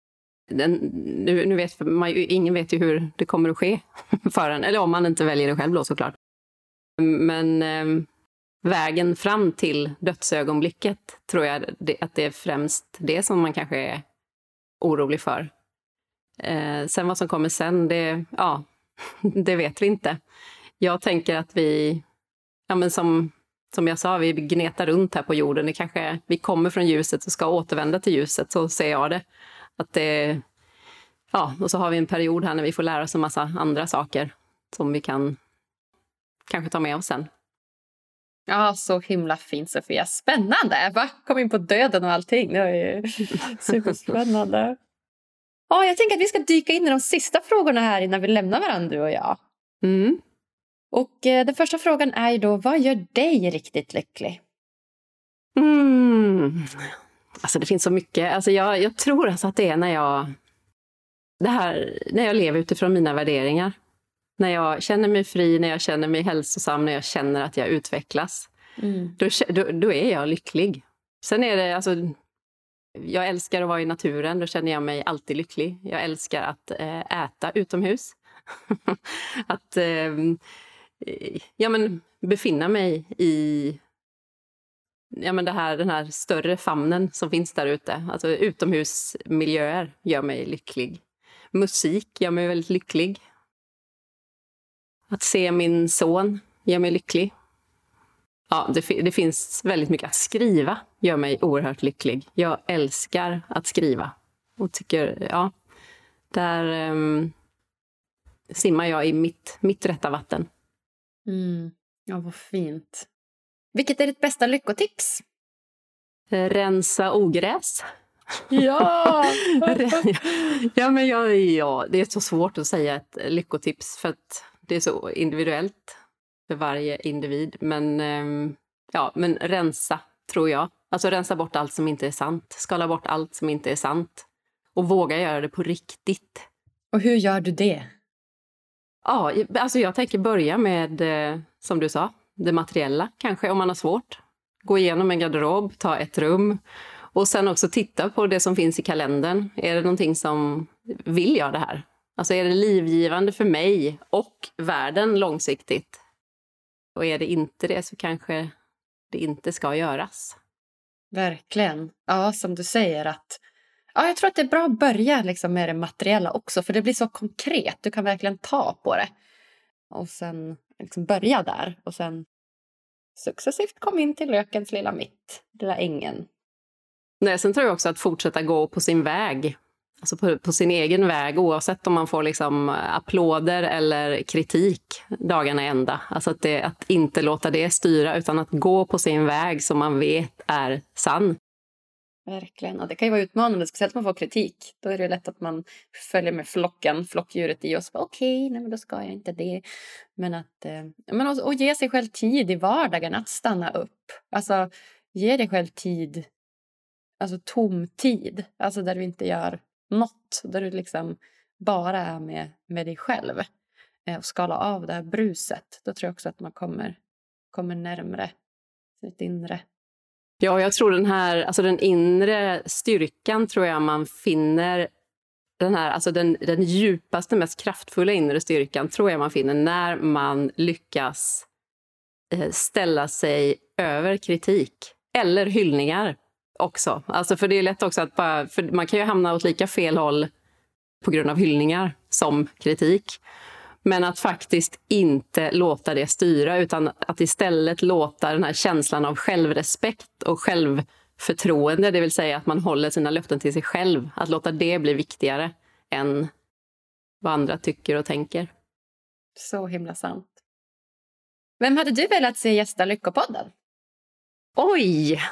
nu vet ingen vet ju hur det kommer att ske för en, eller om man inte väljer det själv då såklart. Men vägen fram till dödsögonblicket tror jag att det är främst det som man kanske är orolig för. Sen vad som kommer sen, det vet vi inte. Jag tänker att vi, som jag sa, vi gnetar runt här på jorden. Det kanske, vi kommer från ljuset och ska återvända till ljuset, så ser jag det. Att det, och så har vi en period här när vi får lära oss en massa andra saker som vi kan kanske ta med oss sen. Ja, så himla fint, Sofia. Spännande! Va? Kom in på döden och allting. Det är ju superspännande. Ja, jag tänker att vi ska dyka in i de sista frågorna här innan vi lämnar varandra, du och jag. Och den första frågan är ju då, vad gör dig riktigt lycklig? Alltså det finns så mycket. Alltså jag tror att det är när jag lever utifrån mina värderingar. När jag känner mig fri, när jag känner mig hälsosam, när jag känner att jag utvecklas. Då är jag lycklig. Sen är det, jag älskar att vara i naturen, då känner jag mig alltid lycklig. Jag älskar att äta utomhus. Att befinna mig i den här större famnen som finns där ute. Alltså utomhusmiljöer gör mig lycklig. Musik gör mig väldigt lycklig. Att se min son gör mig lycklig. Ja, det finns väldigt mycket. Att skriva gör mig oerhört lycklig. Jag älskar att skriva. Och tycker, där simmar jag i mitt rätta vatten. Ja, vad fint. Vilket är ditt bästa lyckotips? Rensa ogräs. Ja! Det är så svårt att säga ett lyckotips för att det är så individuellt för varje individ. Men rensa tror jag. Alltså rensa bort allt som inte är sant. Skala bort allt som inte är sant. Och våga göra det på riktigt. Och hur gör du det? Ja, alltså jag tänker börja med, som du sa, det materiella kanske om man har svårt. Gå igenom en garderob, ta ett rum. Och sen också titta på det som finns i kalendern. Är det någonting som, vill jag det här? Alltså är det livgivande för mig och världen långsiktigt? Och är det inte det så kanske det inte ska göras. Verkligen. Ja, som du säger att... Ja, jag tror att det är bra att börja liksom med det materiella också. För det blir så konkret. Du kan verkligen ta på det. Och sen liksom börja där. Och sen successivt kom in till lökens lilla mitt. Lilla ängen. Nej, sen tror jag också att fortsätta gå på sin väg. Alltså på sin egen väg. Oavsett om man får liksom applåder eller kritik dagarna ända. Alltså att inte låta det styra utan att gå på sin väg som man vet är sann. Verkligen. Och det kan ju vara utmanande, speciellt om man får kritik. Då är det lätt att man följer med flockdjuret i oss. Okej, nej men då ska jag inte det. Men att och ge sig själv tid i vardagen att stanna upp. Alltså ge dig själv tid. Alltså tom tid. Alltså där du inte gör något. Där du liksom bara är med dig själv. Och skala av det här bruset. Då tror jag också att man kommer närmare sitt inre. Ja, jag tror den inre styrkan tror jag man finner den djupaste, mest kraftfulla inre styrkan tror jag man finner när man lyckas ställa sig över kritik eller hyllningar också. Alltså för det är lätt också att för man kan ju hamna åt lika fel håll på grund av hyllningar som kritik. Men att faktiskt inte låta det styra utan att istället låta den här känslan av självrespekt och självförtroende, det vill säga att man håller sina löften till sig själv, att låta det bli viktigare än vad andra tycker och tänker. Så himla sant. Vem hade du velat se gästa Lyckopodden? Oj!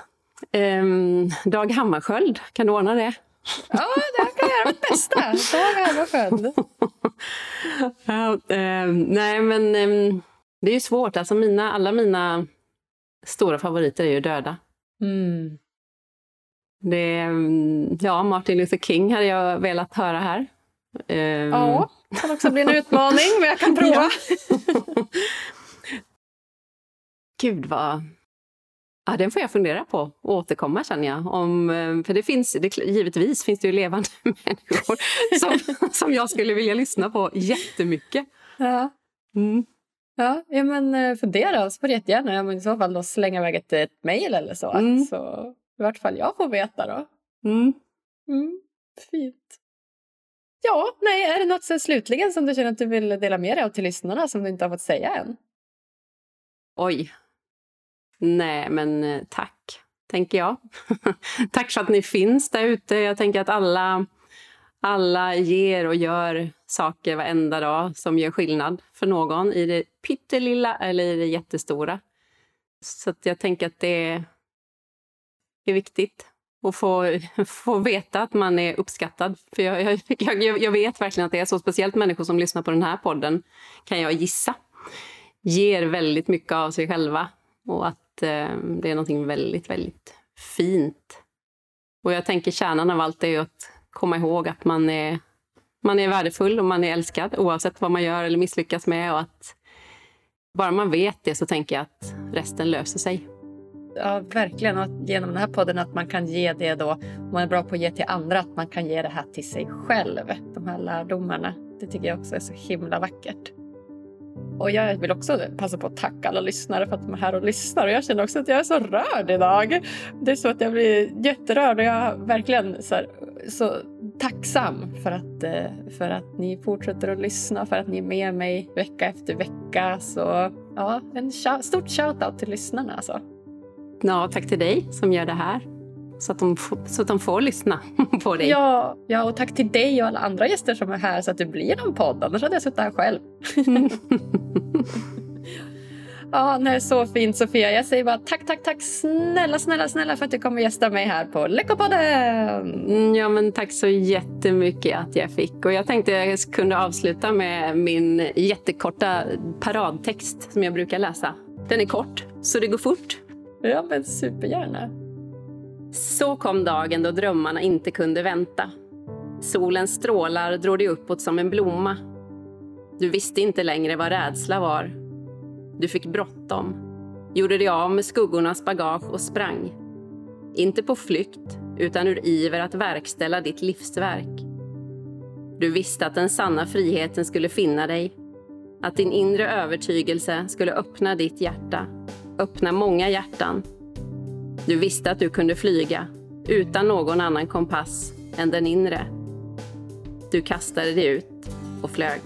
Dag Hammarskjöld, kan du ordna det? Ja, det kan jag göra mitt bästa. Dag Hammarskjöld. Nej, men det är ju svårt. Alltså alla mina stora favoriter är ju döda. Mm. Martin Luther King hade jag velat höra här. Ja, det kan också bli en utmaning, men jag kan prova. Gud vad... Ja, den får jag fundera på och återkomma, känner jag. För givetvis finns det ju levande människor som jag skulle vilja lyssna på jättemycket. Ja. Mm. Ja, men fundera och så får jättegärna. Men i så fall då slänga iväg ett mejl eller så. Mm. Så i vart fall jag får veta då. Mm. Fint. Ja, är det något så slutligen som du känner att du vill dela med dig av till lyssnarna som du inte har fått säga än? Oj. Nej, men tack, tänker jag. Tack för att ni finns där ute. Jag tänker att alla ger och gör saker varenda dag som gör skillnad för någon i det pyttelilla eller i det jättestora. Så att jag tänker att det är viktigt att få veta att man är uppskattad. För jag vet verkligen att det är så, speciellt människor som lyssnar på den här podden, kan jag gissa, ger väldigt mycket av sig själva. Och att det är någonting väldigt, väldigt fint. Och jag tänker kärnan av allt är ju att komma ihåg att man är värdefull och man är älskad oavsett vad man gör eller misslyckas med. Och att bara man vet det så tänker jag att resten löser sig. Ja, verkligen. Och att genom den här podden att man kan ge det då, om man är bra på att ge till andra, att man kan ge det här till sig själv. De här lärdomarna. Det tycker jag också är så himla vackert. Och jag vill också passa på att tacka alla lyssnare för att de är här och lyssnar. Och jag känner också att jag är så rörd idag. Det är så att jag blir jätterörd och jag är verkligen så tacksam för att ni fortsätter att lyssna. För att ni är med mig vecka efter vecka. Så ja, stort shoutout till lyssnarna alltså. Ja, tack till dig som gör det här. Så att de får lyssna på dig. Ja, och tack till dig och alla andra gäster som är här så att det blir någon podd. Annars hade jag suttit här själv. Ja, så fint Sofia. Jag säger bara tack. Snälla för att du kommer gästa mig här på Lyckopodden. Ja, men tack så jättemycket att jag fick. Och jag tänkte jag kunde avsluta med min jättekorta paradtext som jag brukar läsa. Den är kort, så det går fort. Ja, men supergärna. Så kom dagen då drömmarna inte kunde vänta. Solens strålar drog dig uppåt som en blomma. Du visste inte längre vad rädsla var. Du fick bråttom. Gjorde dig av med skuggornas bagage och sprang. Inte på flykt, utan ur iver att verkställa ditt livsverk. Du visste att den sanna friheten skulle finna dig. Att din inre övertygelse skulle öppna ditt hjärta. Öppna många hjärtan. Du visste att du kunde flyga utan någon annan kompass än den inre. Du kastade dig ut och flög.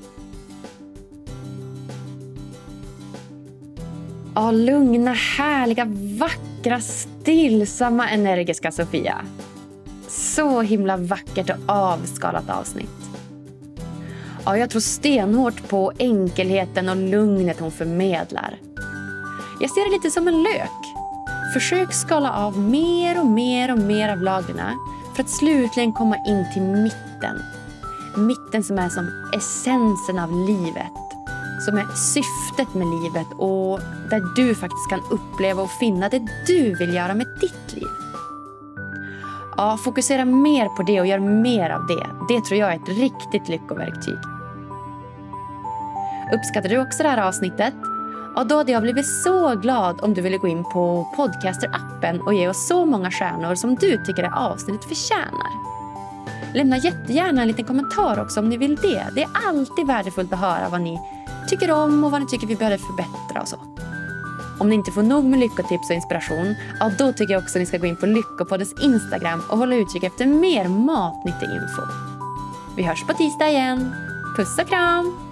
Ja, lugna, härliga, vackra, stillsamma, energiska Sofia. Så himla vackert och avskalat avsnitt. Ja, jag tror stenhårt på enkelheten och lugnet hon förmedlar. Jag ser det lite som en lök. Försök skala av mer och mer och mer av lagren för att slutligen komma in till mitten. Mitten som är som essensen av livet. Som är syftet med livet och där du faktiskt kan uppleva och finna det du vill göra med ditt liv. Ja, fokusera mer på det och gör mer av det. Det tror jag är ett riktigt lyckoverktyg. Uppskattar du också det här avsnittet? Ja, då hade jag blivit så glad om du ville gå in på Podcaster-appen och ge oss så många stjärnor som du tycker det avsnittet förtjänar. Lämna jättegärna en liten kommentar också om ni vill det. Det är alltid värdefullt att höra vad ni tycker om och vad ni tycker vi behöver förbättra och så. Om ni inte får nog med lyckotips och inspiration, ja, då tycker jag också att ni ska gå in på Lyckopoddens Instagram och hålla utkik efter mer matnyttig info. Vi hörs på tisdag igen. Puss och kram!